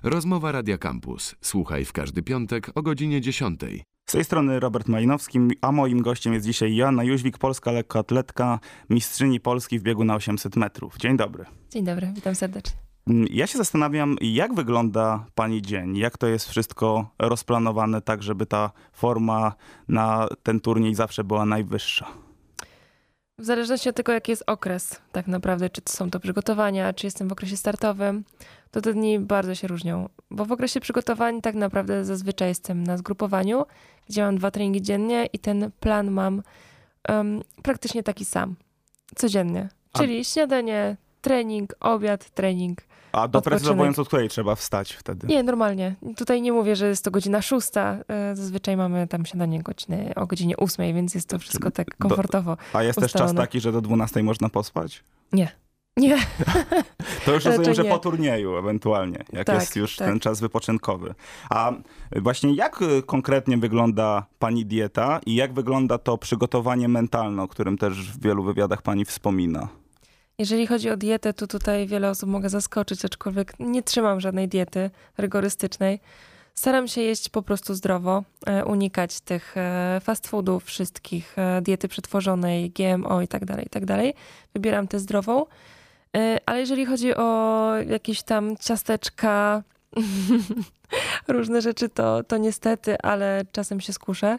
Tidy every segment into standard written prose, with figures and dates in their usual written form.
Rozmowa Radia Campus. Słuchaj w każdy piątek o godzinie 10. Z tej strony Robert Malinowski, a moim gościem jest dzisiaj Joanna Jóźwik, polska lekkoatletka, mistrzyni Polski w biegu na 800 metrów. Dzień dobry. Dzień dobry, witam serdecznie. Ja się zastanawiam, jak wygląda pani dzień? Jak to jest wszystko rozplanowane tak, żeby ta forma na ten turniej zawsze była najwyższa? W zależności od tego, jaki jest okres tak naprawdę, czy to są to przygotowania, czy jestem w okresie startowym, to te dni bardzo się różnią. Bo w okresie przygotowań tak naprawdę zazwyczaj jestem na zgrupowaniu, gdzie mam 2 treningi dziennie i ten plan mam praktycznie taki sam. Codziennie. Czyli śniadanie, trening, obiad, trening. A doprecyzowując, od której trzeba wstać wtedy? Nie, normalnie. Tutaj nie mówię, że jest to godzina 6. Zazwyczaj mamy tam śniadanie o godzinie 8, więc jest to wszystko tak komfortowo A jest ustalone. też czas taki, że do 12 można pospać? Nie. Nie. To już rozumiem, że nie. po turnieju ewentualnie, jak Tak, jest już tak. ten czas wypoczynkowy. A właśnie jak konkretnie wygląda pani dieta i jak wygląda to przygotowanie mentalne, o którym też w wielu wywiadach pani wspomina? Jeżeli chodzi o dietę, to tutaj wiele osób mogę zaskoczyć, aczkolwiek nie trzymam żadnej diety rygorystycznej. Staram się jeść po prostu zdrowo, unikać tych fast foodów wszystkich, diety przetworzonej, GMO i tak dalej, i tak dalej. Wybieram tę zdrową. Ale jeżeli chodzi o jakieś tam ciasteczka, różne rzeczy, to niestety, ale czasem się skuszę.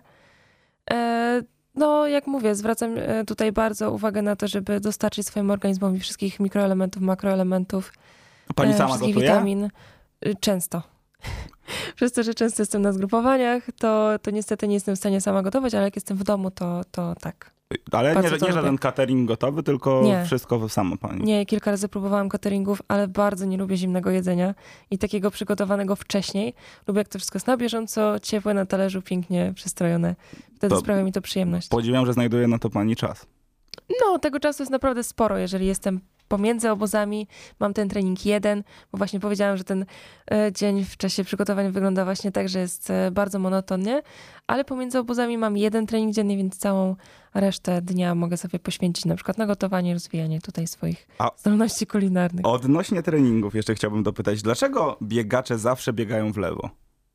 No, jak mówię, zwracam tutaj bardzo uwagę na to, żeby dostarczyć swojemu organizmowi wszystkich mikroelementów, makroelementów, Pani sama wszystkich gotuje? witamin. Często. Przez to, że często jestem na zgrupowaniach, to niestety nie jestem w stanie sama gotować, ale jak jestem w domu, to tak. Ale Bardzo nie to żaden lubię. catering gotowy, tylko Nie. wszystko sama pani. Nie, kilka razy próbowałam cateringów, ale bardzo nie lubię zimnego jedzenia i takiego przygotowanego wcześniej. Lubię, jak to wszystko jest na bieżąco, ciepłe na talerzu, pięknie przystrojone. Wtedy To sprawia mi to przyjemność. Podziwiam, że znajduje na to pani czas. No, tego czasu jest naprawdę sporo, jeżeli jestem pomiędzy obozami, mam ten trening jeden, bo właśnie powiedziałam, że ten dzień w czasie przygotowań wygląda właśnie tak, że jest bardzo monotonnie, ale pomiędzy obozami mam jeden trening dziennie, więc całą resztę dnia mogę sobie poświęcić na przykład na gotowanie, rozwijanie tutaj swoich zdolności kulinarnych. Odnośnie treningów jeszcze chciałbym dopytać, dlaczego biegacze zawsze biegają w lewo?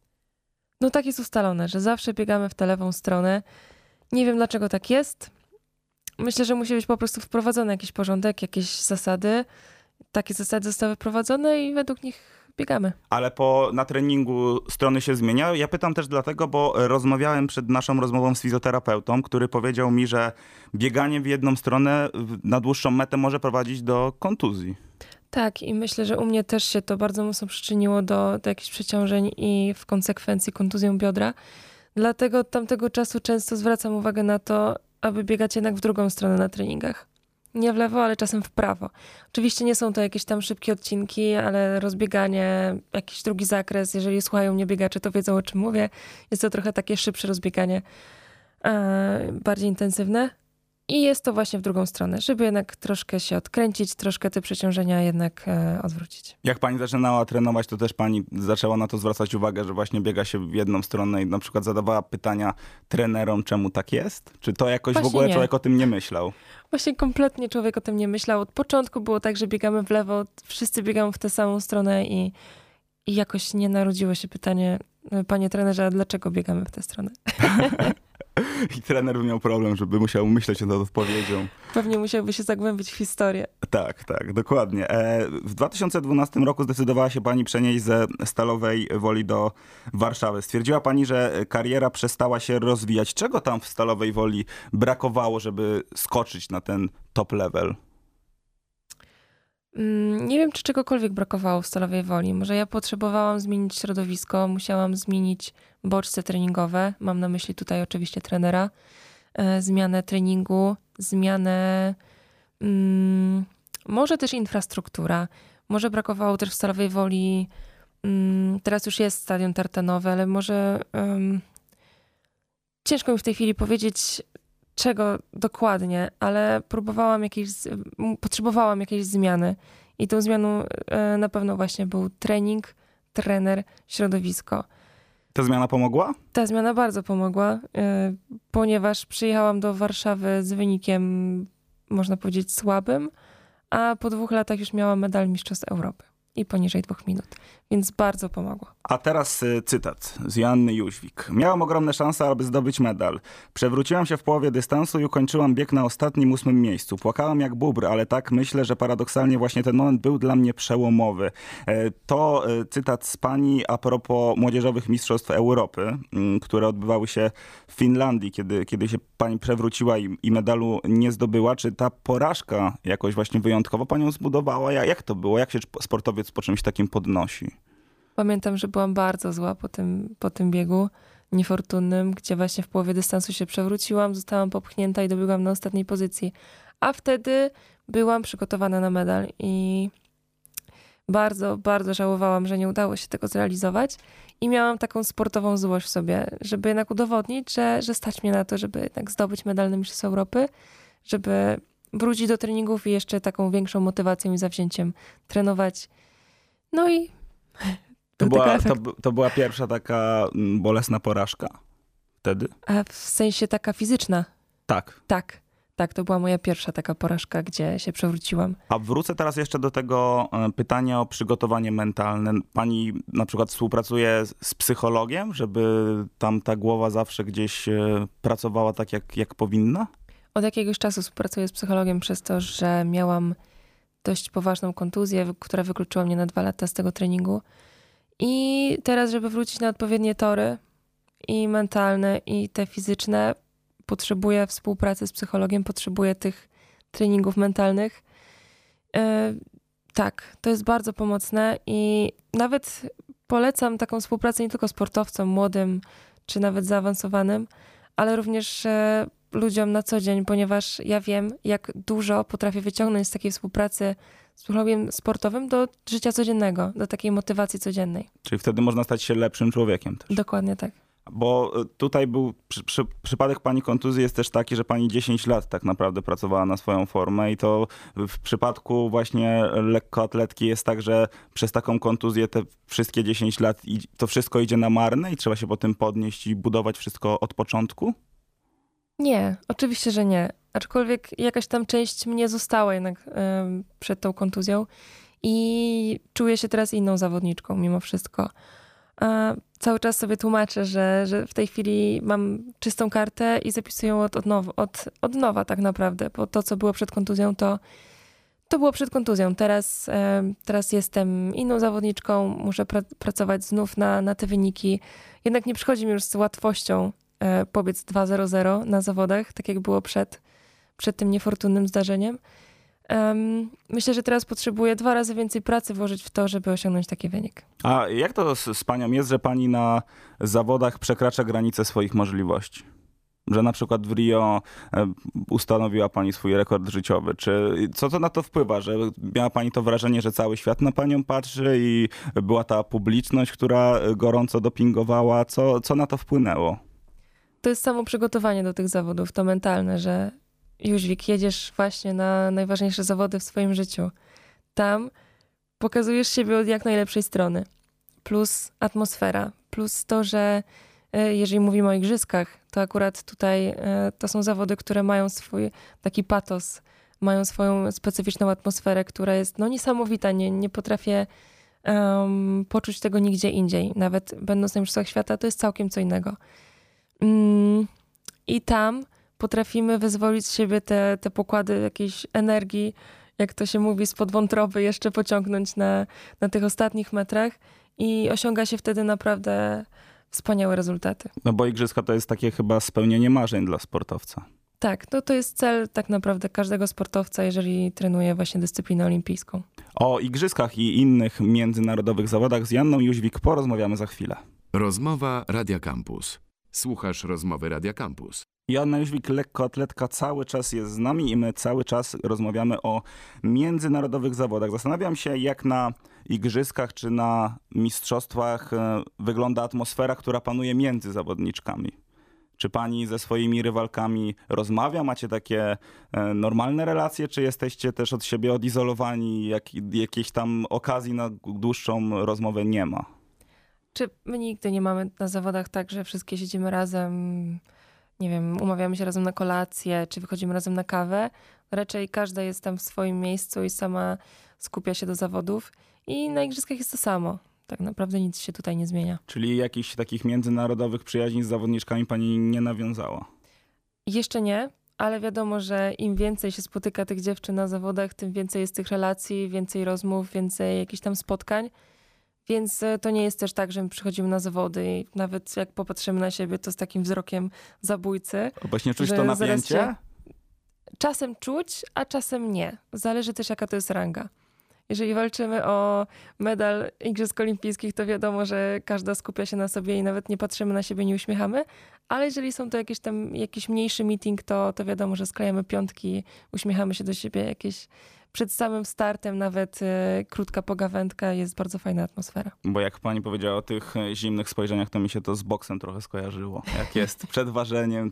No tak jest ustalone, że zawsze biegamy w tę lewą stronę. Nie wiem, dlaczego tak jest. Myślę, że musi być po prostu wprowadzony jakiś porządek, jakieś zasady. Takie zasady zostały wprowadzone i według nich biegamy. Ale na treningu strony się zmienia. Ja pytam też dlatego, bo rozmawiałem przed naszą rozmową z fizjoterapeutą, który powiedział mi, że bieganie w jedną stronę na dłuższą metę może prowadzić do kontuzji. Tak, i myślę, że u mnie też się to bardzo mocno przyczyniło do jakichś przeciążeń i w konsekwencji kontuzją biodra. Dlatego od tamtego czasu często zwracam uwagę na to, aby biegać jednak w drugą stronę na treningach. Nie w lewo, ale czasem w prawo. Oczywiście nie są to jakieś tam szybkie odcinki, ale rozbieganie, jakiś drugi zakres. Jeżeli słuchają mnie biegacze, to wiedzą, o czym mówię. Jest to trochę takie szybsze rozbieganie, bardziej intensywne. I jest to właśnie w drugą stronę, żeby jednak troszkę się odkręcić, troszkę te przeciążenia jednak odwrócić. Jak pani zaczynała trenować, to też pani zaczęła na to zwracać uwagę, że właśnie biega się w jedną stronę i na przykład zadawała pytania trenerom, czemu tak jest? Czy to jakoś Właśnie w ogóle nie. człowiek o tym nie myślał? Właśnie kompletnie człowiek o tym nie myślał. Od początku było tak, że biegamy w lewo, wszyscy biegamy w tę samą stronę i jakoś nie narodziło się pytanie, panie trenerze, a dlaczego biegamy w tę stronę? I trener by miał problem, żeby musiał myśleć nad odpowiedzią. Pewnie musiałby się zagłębić w historię. Tak, dokładnie. W 2012 roku zdecydowała się pani przenieść ze Stalowej Woli do Warszawy. Stwierdziła pani, że kariera przestała się rozwijać. Czego tam w Stalowej Woli brakowało, żeby skoczyć na ten top level? Nie wiem, czy czegokolwiek brakowało w Stalowej Woli. Może ja potrzebowałam zmienić środowisko, musiałam zmienić bodźce treningowe. Mam na myśli tutaj oczywiście trenera. Zmianę treningu, zmianę może też infrastruktura. Może brakowało też w Stalowej Woli, teraz już jest stadion tartanowy, ale może ciężko mi w tej chwili powiedzieć, czego dokładnie, ale potrzebowałam jakiejś zmiany. I tą zmianą na pewno właśnie był trening, trener, środowisko. Ta zmiana pomogła? Ta zmiana bardzo pomogła, ponieważ przyjechałam do Warszawy z wynikiem, można powiedzieć, słabym, a po 2 latach już miałam medal Mistrzostw Europy. i poniżej 2 minut. Więc bardzo pomogło. A teraz cytat z Joanny Jóźwik. Miałam ogromne szanse, aby zdobyć medal. Przewróciłam się w połowie dystansu i ukończyłam bieg na ostatnim 8. miejscu. Płakałam jak bóbr, ale tak myślę, że paradoksalnie właśnie ten moment był dla mnie przełomowy. To cytat z pani a propos młodzieżowych mistrzostw Europy, które odbywały się w Finlandii, kiedy się pani przewróciła i medalu nie zdobyła. Czy ta porażka jakoś właśnie wyjątkowo panią zbudowała? Jak to było? Jak się sportowiec po czymś takim podnosi? Pamiętam, że byłam bardzo zła po tym biegu niefortunnym, gdzie właśnie w połowie dystansu się przewróciłam, zostałam popchnięta i dobiegłam na ostatniej pozycji. A wtedy byłam przygotowana na medal i bardzo, bardzo żałowałam, że nie udało się tego zrealizować i miałam taką sportową złość w sobie, żeby jednak udowodnić, że stać mnie na to, żeby jednak zdobyć medal na Mistrzostw Europy, żeby wrócić do treningów i jeszcze taką większą motywacją i zawzięciem trenować. No i To była pierwsza taka bolesna porażka wtedy? A w sensie taka fizyczna? Tak. Tak, to była moja pierwsza taka porażka, gdzie się przewróciłam. A wrócę teraz jeszcze do tego pytania o przygotowanie mentalne. Pani na przykład współpracuje z psychologiem, żeby tam ta głowa zawsze gdzieś pracowała tak, jak powinna? Od jakiegoś czasu współpracuję z psychologiem przez to, że miałam dość poważną kontuzję, która wykluczyła mnie na 2 lata z tego treningu. I teraz, żeby wrócić na odpowiednie tory i mentalne, i te fizyczne, potrzebuję współpracy z psychologiem, potrzebuję tych treningów mentalnych. Tak, to jest bardzo pomocne i nawet polecam taką współpracę nie tylko sportowcom młodym, czy nawet zaawansowanym, ale również ludziom na co dzień, ponieważ ja wiem, jak dużo potrafię wyciągnąć z takiej współpracy z psychologiem sportowym do życia codziennego, do takiej motywacji codziennej. Czyli wtedy można stać się lepszym człowiekiem też. Dokładnie tak. Bo tutaj był przypadek pani kontuzji jest też taki, że pani 10 lat tak naprawdę pracowała na swoją formę i to w przypadku właśnie lekkoatletki jest tak, że przez taką kontuzję te wszystkie 10 lat to wszystko idzie na marne i trzeba się potem podnieść i budować wszystko od początku? Nie, oczywiście, że nie. Aczkolwiek jakaś tam część mnie została jednak przed tą kontuzją i czuję się teraz inną zawodniczką mimo wszystko. Cały czas sobie tłumaczę, że w tej chwili mam czystą kartę i zapisuję ją od nowa tak naprawdę, bo to, co było przed kontuzją, to było przed kontuzją. Teraz jestem inną zawodniczką, muszę pracować znów na te wyniki. Jednak nie przychodzi mi już z łatwością pobiec 2:00 na zawodach, tak jak było przed tym niefortunnym zdarzeniem. Myślę, że teraz potrzebuję 2 razy więcej pracy włożyć w to, żeby osiągnąć taki wynik. A jak to z panią jest, że pani na zawodach przekracza granice swoich możliwości? Że na przykład w Rio ustanowiła pani swój rekord życiowy. Co to na to wpływa? Że miała pani to wrażenie, że cały świat na panią patrzy i była ta publiczność, która gorąco dopingowała? Co na to wpłynęło? To jest samo przygotowanie do tych zawodów, to mentalne, że Jóźwik, jedziesz właśnie na najważniejsze zawody w swoim życiu. Tam pokazujesz siebie od jak najlepszej strony. Plus atmosfera, plus to, że jeżeli mówimy o igrzyskach, to akurat tutaj to są zawody, które mają swój taki patos, mają swoją specyficzną atmosferę, która jest niesamowita. Nie potrafię poczuć tego nigdzie indziej. Nawet będąc na Mistrzostwach Świata, to jest całkiem co innego. I tam potrafimy wyzwolić z siebie te pokłady jakiejś energii, jak to się mówi, spod wątroby jeszcze pociągnąć na tych ostatnich metrach i osiąga się wtedy naprawdę wspaniałe rezultaty. No bo igrzyska to jest takie chyba spełnienie marzeń dla sportowca. Tak, to jest cel tak naprawdę każdego sportowca, jeżeli trenuje właśnie dyscyplinę olimpijską. O igrzyskach i innych międzynarodowych zawodach z Joanną Jóźwik porozmawiamy za chwilę. Rozmowa Radia Campus. Słuchasz rozmowy Radia Campus. Joanna Jóźwik, lekkoatletka, cały czas jest z nami i my cały czas rozmawiamy o międzynarodowych zawodach. Zastanawiam się, jak na igrzyskach czy na mistrzostwach wygląda atmosfera, która panuje między zawodniczkami. Czy pani ze swoimi rywalkami rozmawia? Macie takie normalne relacje, czy jesteście też od siebie odizolowani? Jakiejś tam okazji na dłuższą rozmowę nie ma? Czy my nigdy nie mamy na zawodach tak, że wszystkie siedzimy razem, nie wiem, umawiamy się razem na kolację, czy wychodzimy razem na kawę. Raczej każda jest tam w swoim miejscu i sama skupia się do zawodów. I na igrzyskach jest to samo. Tak naprawdę nic się tutaj nie zmienia. Czyli jakichś takich międzynarodowych przyjaźni z zawodniczkami pani nie nawiązała? Jeszcze nie, ale wiadomo, że im więcej się spotyka tych dziewczyn na zawodach, tym więcej jest tych relacji, więcej rozmów, więcej jakichś tam spotkań. Więc to nie jest też tak, że my przychodzimy na zawody i nawet jak popatrzymy na siebie, to z takim wzrokiem zabójcy. Właśnie czuć że to zaraz napięcie? się- Czasem czuć, a czasem nie. Zależy też jaka to jest ranga. Jeżeli walczymy o medal Igrzysk Olimpijskich, to wiadomo, że każda skupia się na sobie i nawet nie patrzymy na siebie, nie uśmiechamy. Ale jeżeli są to jakiś mniejszy meeting, to wiadomo, że sklejamy piątki, uśmiechamy się do siebie. Przed samym startem nawet krótka pogawędka, jest bardzo fajna atmosfera. Bo jak pani powiedziała o tych zimnych spojrzeniach, to mi się to z boksem trochę skojarzyło. Jak jest przed ważeniem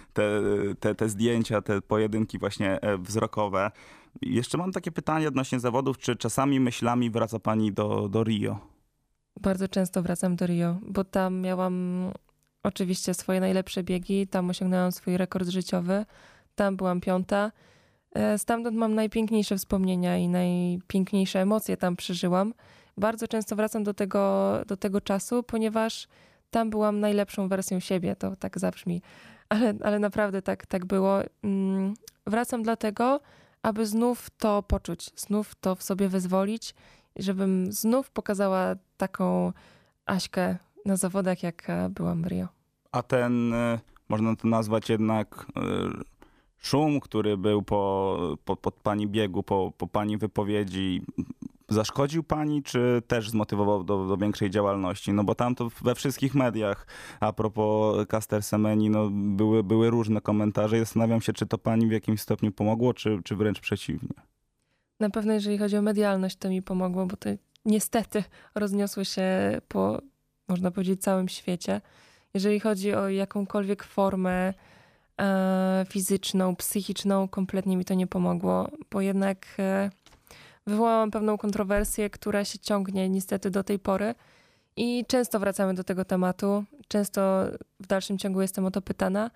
te zdjęcia, te pojedynki właśnie wzrokowe. Jeszcze mam takie pytanie odnośnie zawodów. Czy czasami myślami wraca pani do Rio? Bardzo często wracam do Rio, bo tam miałam oczywiście swoje najlepsze biegi, tam osiągnęłam swój rekord życiowy, tam byłam 5. Stamtąd mam najpiękniejsze wspomnienia i najpiękniejsze emocje tam przeżyłam. Bardzo często wracam do tego czasu, ponieważ tam byłam najlepszą wersją siebie. To tak zabrzmi, ale naprawdę tak było. Wracam dlatego, aby znów to poczuć, znów to w sobie wyzwolić, żebym znów pokazała taką Aśkę na zawodach, jak byłam w Rio. A ten, można to nazwać jednak szum, który był po pani biegu, po pani wypowiedzi, zaszkodził pani, czy też zmotywował do większej działalności? No bo tam to we wszystkich mediach, a propos Caster Semeni, no były różne komentarze. Zastanawiam się, czy to pani w jakimś stopniu pomogło, czy wręcz przeciwnie. Na pewno jeżeli chodzi o medialność, to mi pomogło, bo to niestety rozniosło się po, można powiedzieć, całym świecie. Jeżeli chodzi o jakąkolwiek formę fizyczną, psychiczną, kompletnie mi to nie pomogło, bo jednak wywołałam pewną kontrowersję, która się ciągnie niestety do tej pory i często wracamy do tego tematu. Często w dalszym ciągu jestem o to pytana.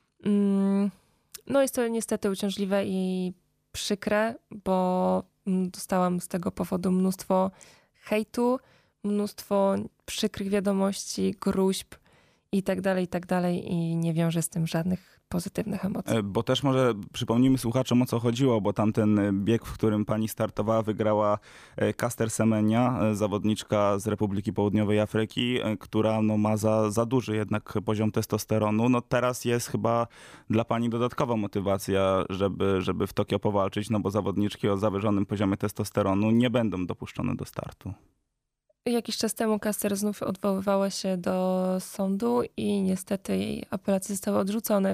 No jest to niestety uciążliwe i przykre, bo dostałam z tego powodu mnóstwo hejtu, mnóstwo przykrych wiadomości, gruźb i tak dalej i nie wiąże z tym żadnych pozytywnych emocji. Bo też może przypomnijmy słuchaczom, o co chodziło, bo tamten bieg, w którym pani startowała, wygrała Caster Semenya, zawodniczka z Republiki Południowej Afryki, która no, ma za duży jednak poziom testosteronu. No teraz jest chyba dla pani dodatkowa motywacja, żeby w Tokio powalczyć, no bo zawodniczki o zawyżonym poziomie testosteronu nie będą dopuszczone do startu. Jakiś czas temu Caster znów odwoływała się do sądu i niestety jej apelacje zostały odrzucone,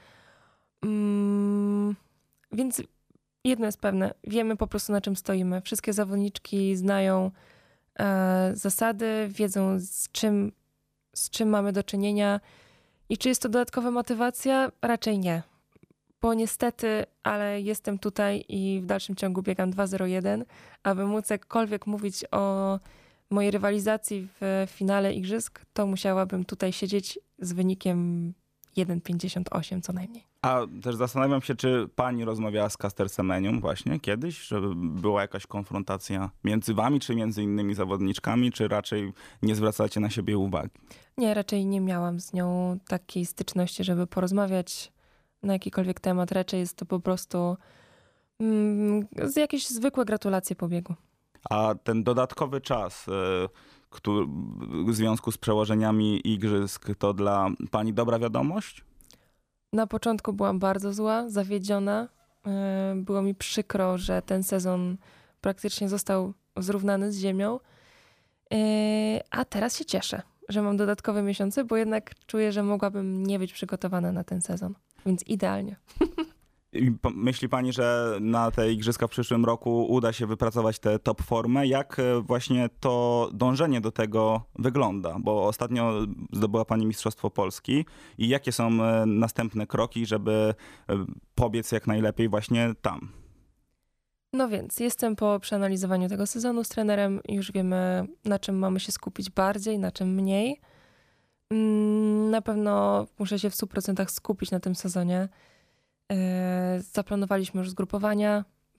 więc jedno jest pewne, wiemy po prostu na czym stoimy. Wszystkie zawodniczki znają zasady, wiedzą z czym mamy do czynienia i czy jest to dodatkowa motywacja? Raczej nie. Bo niestety, ale jestem tutaj i w dalszym ciągu biegam 2:01, aby móc jakkolwiek mówić o mojej rywalizacji w finale igrzysk, to musiałabym tutaj siedzieć z wynikiem 1,58 co najmniej. A też zastanawiam się, czy pani rozmawiała z Caster Semenią właśnie kiedyś, żeby była jakaś konfrontacja między wami, czy między innymi zawodniczkami, czy raczej nie zwracacie na siebie uwagi? Nie, raczej nie miałam z nią takiej styczności, żeby porozmawiać na jakikolwiek temat. Raczej jest to po prostu jakieś zwykłe gratulacje po biegu. A ten dodatkowy czas, który w związku z przełożeniami igrzysk, to dla pani dobra wiadomość? Na początku byłam bardzo zła, zawiedziona. Było mi przykro, że ten sezon praktycznie został zrównany z ziemią. A teraz się cieszę, że mam dodatkowe miesiące, bo jednak czuję, że mogłabym nie być przygotowana na ten sezon. Więc idealnie. I myśli pani, że na te igrzyska w przyszłym roku uda się wypracować tę top formę? Jak właśnie to dążenie do tego wygląda? Bo ostatnio zdobyła pani Mistrzostwo Polski i jakie są następne kroki, żeby pobiec jak najlepiej właśnie tam? No więc jestem po przeanalizowaniu tego sezonu z trenerem. Już wiemy, na czym mamy się skupić bardziej, na czym mniej. Na pewno muszę się w 100% skupić na tym sezonie. Zaplanowaliśmy już zgrupowania,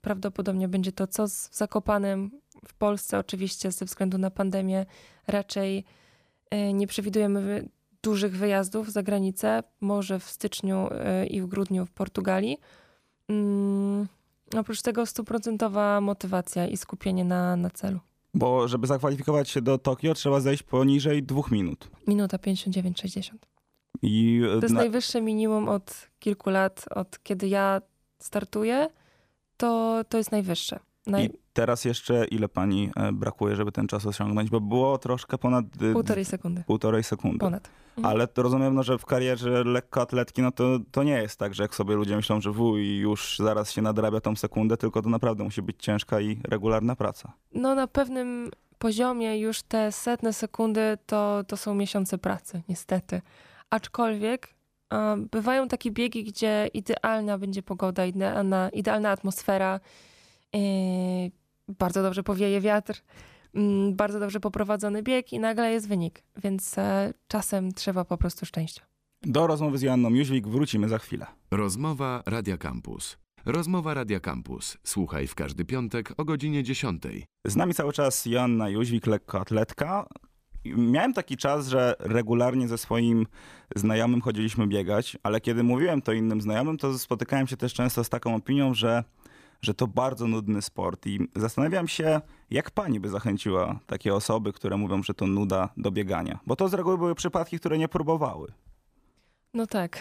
prawdopodobnie będzie to, co w Zakopanem. W Polsce oczywiście ze względu na pandemię raczej nie przewidujemy dużych wyjazdów za granicę. Może w styczniu i w grudniu w Portugalii. Oprócz tego 100% motywacja i skupienie na celu. Bo żeby zakwalifikować się do Tokio, trzeba zejść poniżej 2 minut. Minuta 59,60. I To jest najwyższe minimum od kilku lat, od kiedy ja startuję, to jest najwyższe. I teraz jeszcze ile pani brakuje, żeby ten czas osiągnąć? Bo było troszkę ponad... 1,5 sekundy. 1,5 sekundy. Ponad. Ale to rozumiem, że w karierze lekkoatletki, to nie jest tak, że jak sobie ludzie myślą, że i już zaraz się nadrabia tą sekundę, tylko to naprawdę musi być ciężka i regularna praca. No na pewnym poziomie już te setne sekundy to są miesiące pracy, niestety. Aczkolwiek bywają takie biegi, gdzie idealna będzie pogoda, idealna atmosfera, bardzo dobrze powieje wiatr, bardzo dobrze poprowadzony bieg i nagle jest wynik. Więc czasem trzeba po prostu szczęścia. Do rozmowy z Joanną Jóźwik wrócimy za chwilę. Rozmowa Radia Campus. Rozmowa Radia Campus. Słuchaj w każdy piątek o godzinie 10. Z nami cały czas Joanna Jóźwik, lekkoatletka. Miałem taki czas, że regularnie ze swoim znajomym chodziliśmy biegać, ale kiedy mówiłem to innym znajomym, to spotykałem się też często z taką opinią, że to bardzo nudny sport. I zastanawiam się, jak pani by zachęciła takie osoby, które mówią, że to nuda do biegania. Bo to z reguły były przypadki, które nie próbowały. No tak.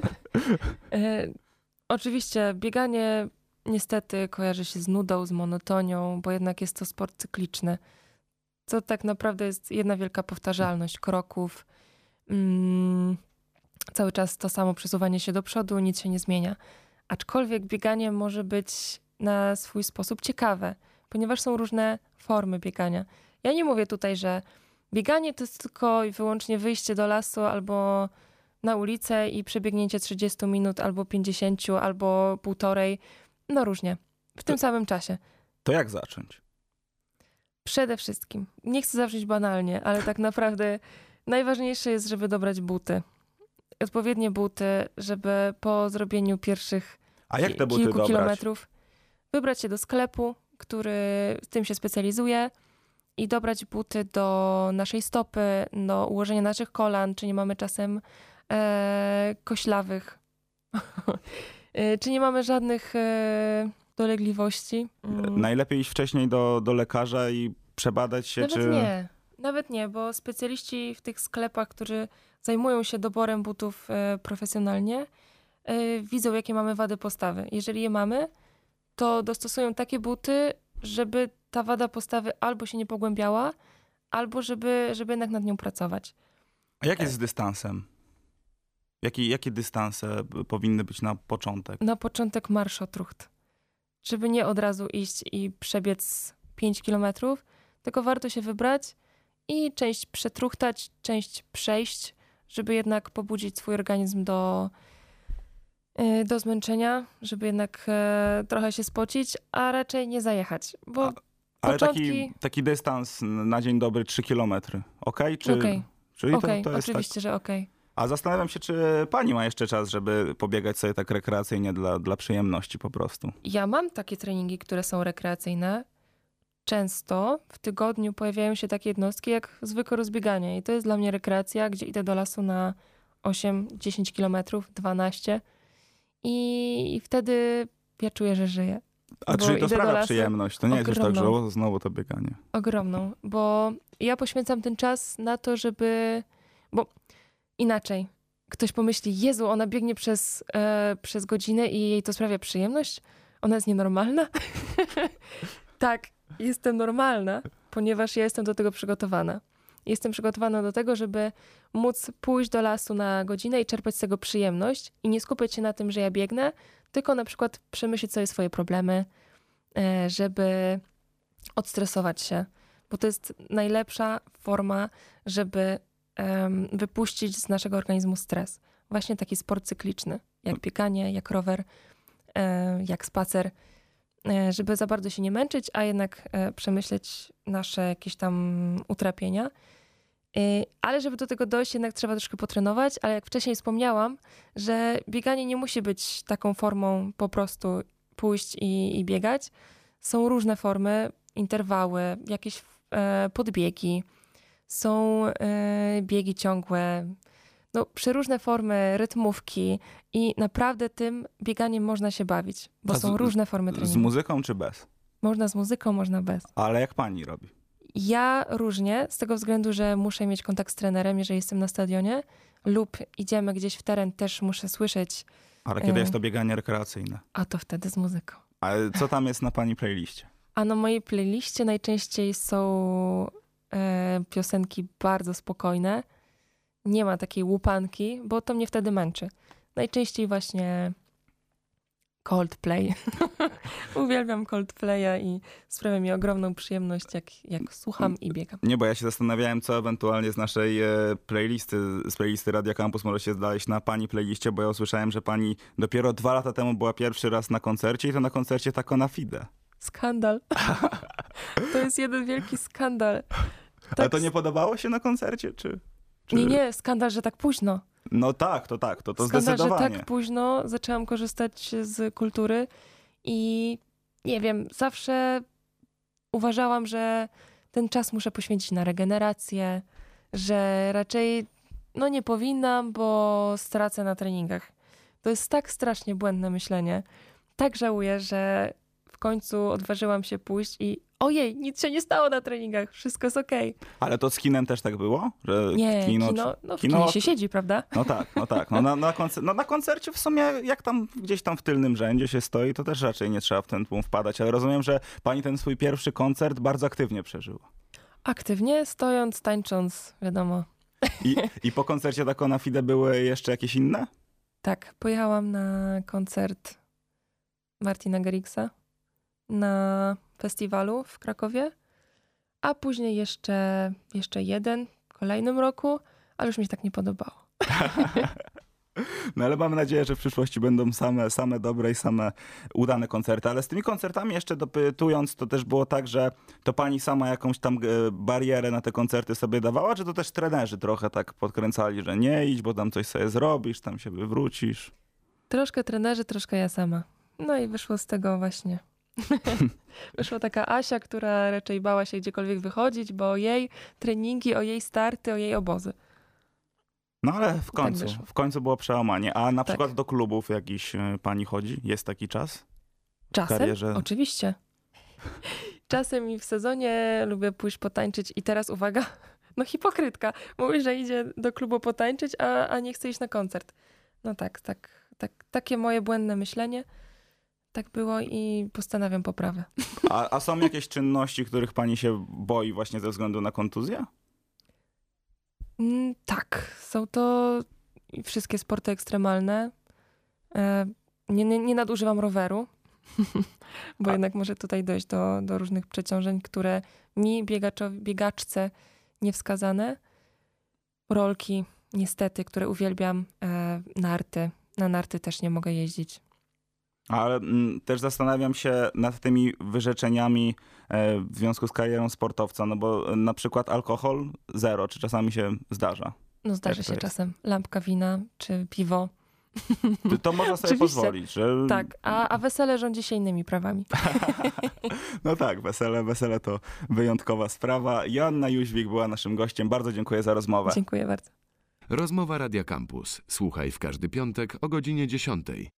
Oczywiście bieganie niestety kojarzy się z nudą, z monotonią, bo jednak jest to sport cykliczny. To tak naprawdę jest jedna wielka powtarzalność kroków. Cały czas to samo przesuwanie się do przodu, nic się nie zmienia. Aczkolwiek bieganie może być na swój sposób ciekawe, ponieważ są różne formy biegania. Ja nie mówię tutaj, że bieganie to jest tylko i wyłącznie wyjście do lasu albo na ulicę i przebiegnięcie 30 minut, albo 50, albo 1,5. No różnie. W tym samym czasie. To jak zacząć? Przede wszystkim, nie chcę zabrzmieć banalnie, ale tak naprawdę najważniejsze jest, żeby dobrać buty. Odpowiednie buty, żeby po zrobieniu pierwszych kilku kilometrów wybrać się do sklepu, który w tym się specjalizuje i dobrać buty do naszej stopy, do ułożenia naszych kolan, czy nie mamy czasem koślawych, czy nie mamy żadnych dolegliwości. Najlepiej iść wcześniej do lekarza i przebadać się, Nawet nie, bo specjaliści w tych sklepach, którzy zajmują się doborem butów profesjonalnie, widzą, jakie mamy wady postawy. Jeżeli je mamy, to dostosują takie buty, żeby ta wada postawy albo się nie pogłębiała, albo żeby jednak nad nią pracować. A jak jest z dystansem? Jakie dystanse powinny być na początek? Na początek marszotrucht. Żeby nie od razu iść i przebiec 5 kilometrów, tylko warto się wybrać i część przetruchtać, część przejść, żeby jednak pobudzić swój organizm do zmęczenia, żeby jednak trochę się spocić, a raczej nie zajechać. Bo ale początki... taki dystans na dzień dobry 3 kilometry, okej? Okej. Czyli okay. to jest oczywiście, że okej. A zastanawiam się, czy pani ma jeszcze czas, żeby pobiegać sobie tak rekreacyjnie dla przyjemności po prostu. Ja mam takie treningi, które są rekreacyjne. Często w tygodniu pojawiają się takie jednostki jak zwykłe rozbieganie i to jest dla mnie rekreacja, gdzie idę do lasu na 8-10 kilometrów, 12 i wtedy ja czuję, że żyję. A czyli to sprawia przyjemność, to nie jest już tak, że znowu to bieganie. Ogromną, bo ja poświęcam ten czas na to, bo inaczej, ktoś pomyśli, Jezu, ona biegnie przez godzinę i jej to sprawia przyjemność? Ona jest nienormalna? Tak, jestem normalna, ponieważ ja jestem do tego przygotowana. Jestem przygotowana do tego, żeby móc pójść do lasu na godzinę i czerpać z tego przyjemność i nie skupiać się na tym, że ja biegnę, tylko na przykład przemyśleć sobie swoje problemy, żeby odstresować się, bo to jest najlepsza forma, żeby wypuścić z naszego organizmu stres. Właśnie taki sport cykliczny, jak bieganie, jak rower, jak spacer, żeby za bardzo się nie męczyć, a jednak przemyśleć nasze jakieś tam utrapienia. Ale żeby do tego dojść, jednak trzeba troszkę potrenować, ale jak wcześniej wspomniałam, że bieganie nie musi być taką formą po prostu pójść i biegać. Są różne formy, interwały, jakieś podbiegi, są biegi ciągłe, no przeróżne formy rytmówki i naprawdę tym bieganiem można się bawić, bo są różne formy Z treningu. muzyką czy bez? Można z muzyką, można bez. Ale jak pani robi? Ja różnie, z tego względu, że muszę mieć kontakt z trenerem, jeżeli jestem na stadionie, lub idziemy gdzieś w teren, też muszę słyszeć, Ale kiedy jest to bieganie rekreacyjne? a to wtedy z muzyką. A co tam jest na pani playliście? A na mojej playliście najczęściej są piosenki bardzo spokojne. Nie ma takiej łupanki, bo to mnie wtedy męczy. Najczęściej właśnie Coldplay. Uwielbiam Coldplaya i sprawia mi ogromną przyjemność, jak słucham i biegam. Nie, bo ja się zastanawiałem, co ewentualnie z naszej z playlisty Radia Campus może się znaleźć na pani playliście, bo ja usłyszałem, że pani dopiero 2 lata temu była pierwszy raz na koncercie i to na koncercie Taco na Fide. Skandal. To jest jeden wielki skandal. Ale to nie podobało się na koncercie, czy? Nie, skandal, że tak późno. No tak, to Skandal, zdecydowanie. że tak późno zaczęłam korzystać z kultury i nie wiem, zawsze uważałam, że ten czas muszę poświęcić na regenerację, że raczej nie powinnam, bo stracę na treningach. To jest tak strasznie błędne myślenie. Tak żałuję, że w końcu odważyłam się pójść i ojej, nic się nie stało na treningach, wszystko jest okej. Ale to z kinem też tak było? Że Nie, w kinie się siedzi, prawda? No tak. Na koncercie w sumie, jak tam gdzieś tam w tylnym rzędzie się stoi, to też raczej nie trzeba w ten tłum wpadać. Ale rozumiem, że pani ten swój pierwszy koncert bardzo aktywnie przeżyła. Aktywnie, stojąc, tańcząc, wiadomo. I po koncercie Taco na Fide były jeszcze jakieś inne? Tak, pojechałam na koncert Martina Garrigsa na festiwalu w Krakowie, a później jeszcze jeden w kolejnym roku, ale już mi się tak nie podobało. No ale mamy nadzieję, że w przyszłości będą same dobre i same udane koncerty. Ale z tymi koncertami jeszcze dopytując, to też było tak, że to pani sama jakąś tam barierę na te koncerty sobie dawała, czy to też trenerzy trochę tak podkręcali, że nie idź, bo tam coś sobie zrobisz, tam się wywrócisz? Troszkę trenerzy, troszkę ja sama. No i wyszło z tego właśnie. Wyszła taka Asia, która raczej bała się gdziekolwiek wychodzić, bo o jej treningi, o jej starty, o jej obozy. No ale w końcu było przełamanie. A na Tak. przykład do klubów jakiś pani chodzi? Jest taki czas? Czasem? karierze? Oczywiście. Czasem i w sezonie lubię pójść potańczyć i teraz uwaga, hipokrytka. Mówi, że idzie do klubu potańczyć, a nie chce iść na koncert. No tak, takie moje błędne myślenie. Tak było i postanawiam poprawę. A są jakieś czynności, których pani się boi właśnie ze względu na kontuzję? Tak, są to wszystkie sporty ekstremalne. Nie nadużywam roweru, bo jednak może tutaj dojść do różnych przeciążeń, które mi, biegaczce, niewskazane. Rolki, niestety, które uwielbiam. Narty. Na narty też nie mogę jeździć. Ale też zastanawiam się nad tymi wyrzeczeniami w związku z karierą sportowca, no bo na przykład alkohol zero, czy czasami się zdarza? No zdarzy się czasem. Lampka wina czy piwo. To można sobie Oczywiście. pozwolić. Że... Tak, a wesele rządzi się innymi prawami. No tak, wesele to wyjątkowa sprawa. Joanna Jóźwik była naszym gościem. Bardzo dziękuję za rozmowę. Dziękuję bardzo. Rozmowa Radia Campus. Słuchaj w każdy piątek o godzinie 10.